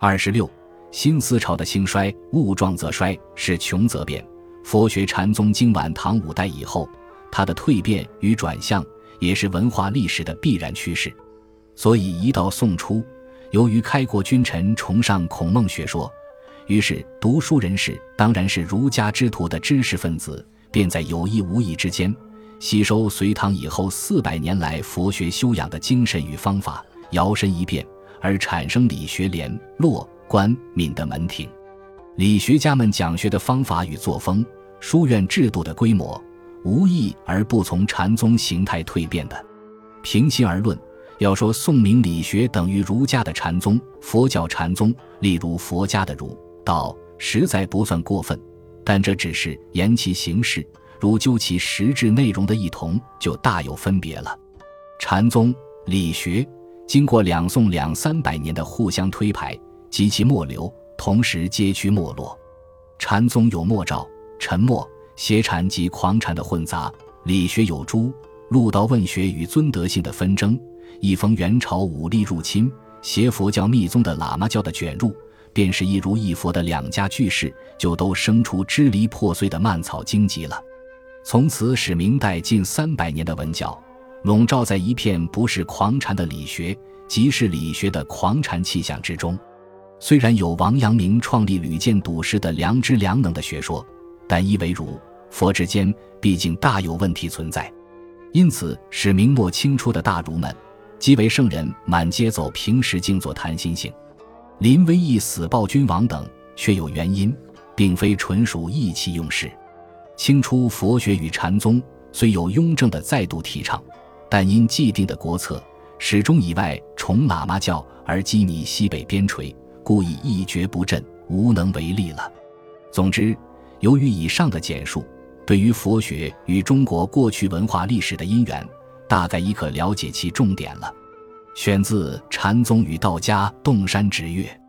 26新思潮的兴衰，物壮则衰，是穷则变。佛学禅宗经晚唐5代以后，它的蜕变与转向也是文化历史的必然趋势。所以一到宋初，由于开国君臣崇尚孔孟学说，于是读书人士，当然是儒家之徒的知识分子，便在有意无意之间吸收隋唐以后400年来佛学修养的精神与方法，摇身一变而产生理学联络官闽的门庭。理学家们讲学的方法与作风，书院制度的规模，无异而不从禅宗形态蜕变的。平心而论，要说宋明理学等于儒家的禅宗，佛教禅宗例如佛家的儒道，实在不算过分，但这只是言其形式，如究其实质内容的异同，就大有分别了。禅宗理学经过两宋200-300年的互相推排及其末流，同时皆趋没落。禅宗有默照、沉默、邪禅及狂禅的混杂，理学有诸儒道问学与尊德性的纷争，一逢元朝武力入侵，邪佛教密宗的喇嘛教的卷入，便是一儒一佛的两家巨势，就都生出支离破碎的蔓草荆棘了。从此使明代近300年的文教笼罩在一片不是狂禅的理学，即是理学的狂禅气象之中。虽然有王阳明创立屡见笃实的良知良能的学说，但一为儒佛之间毕竟大有问题存在，因此使明末清初的大儒们即为圣人满街走平时静坐谈心性。林威义死报君王等却有原因，并非纯属意气用事。清初佛学与禅宗虽有雍正的再度提倡，但因既定的国策始终以外崇喇嘛教而羁縻西北边陲，故意一蹶不振，无能为力了。总之，由于以上的简述，对于佛学与中国过去文化历史的因缘，大概已可了解其重点了。选自《禅宗与道家洞山之月》。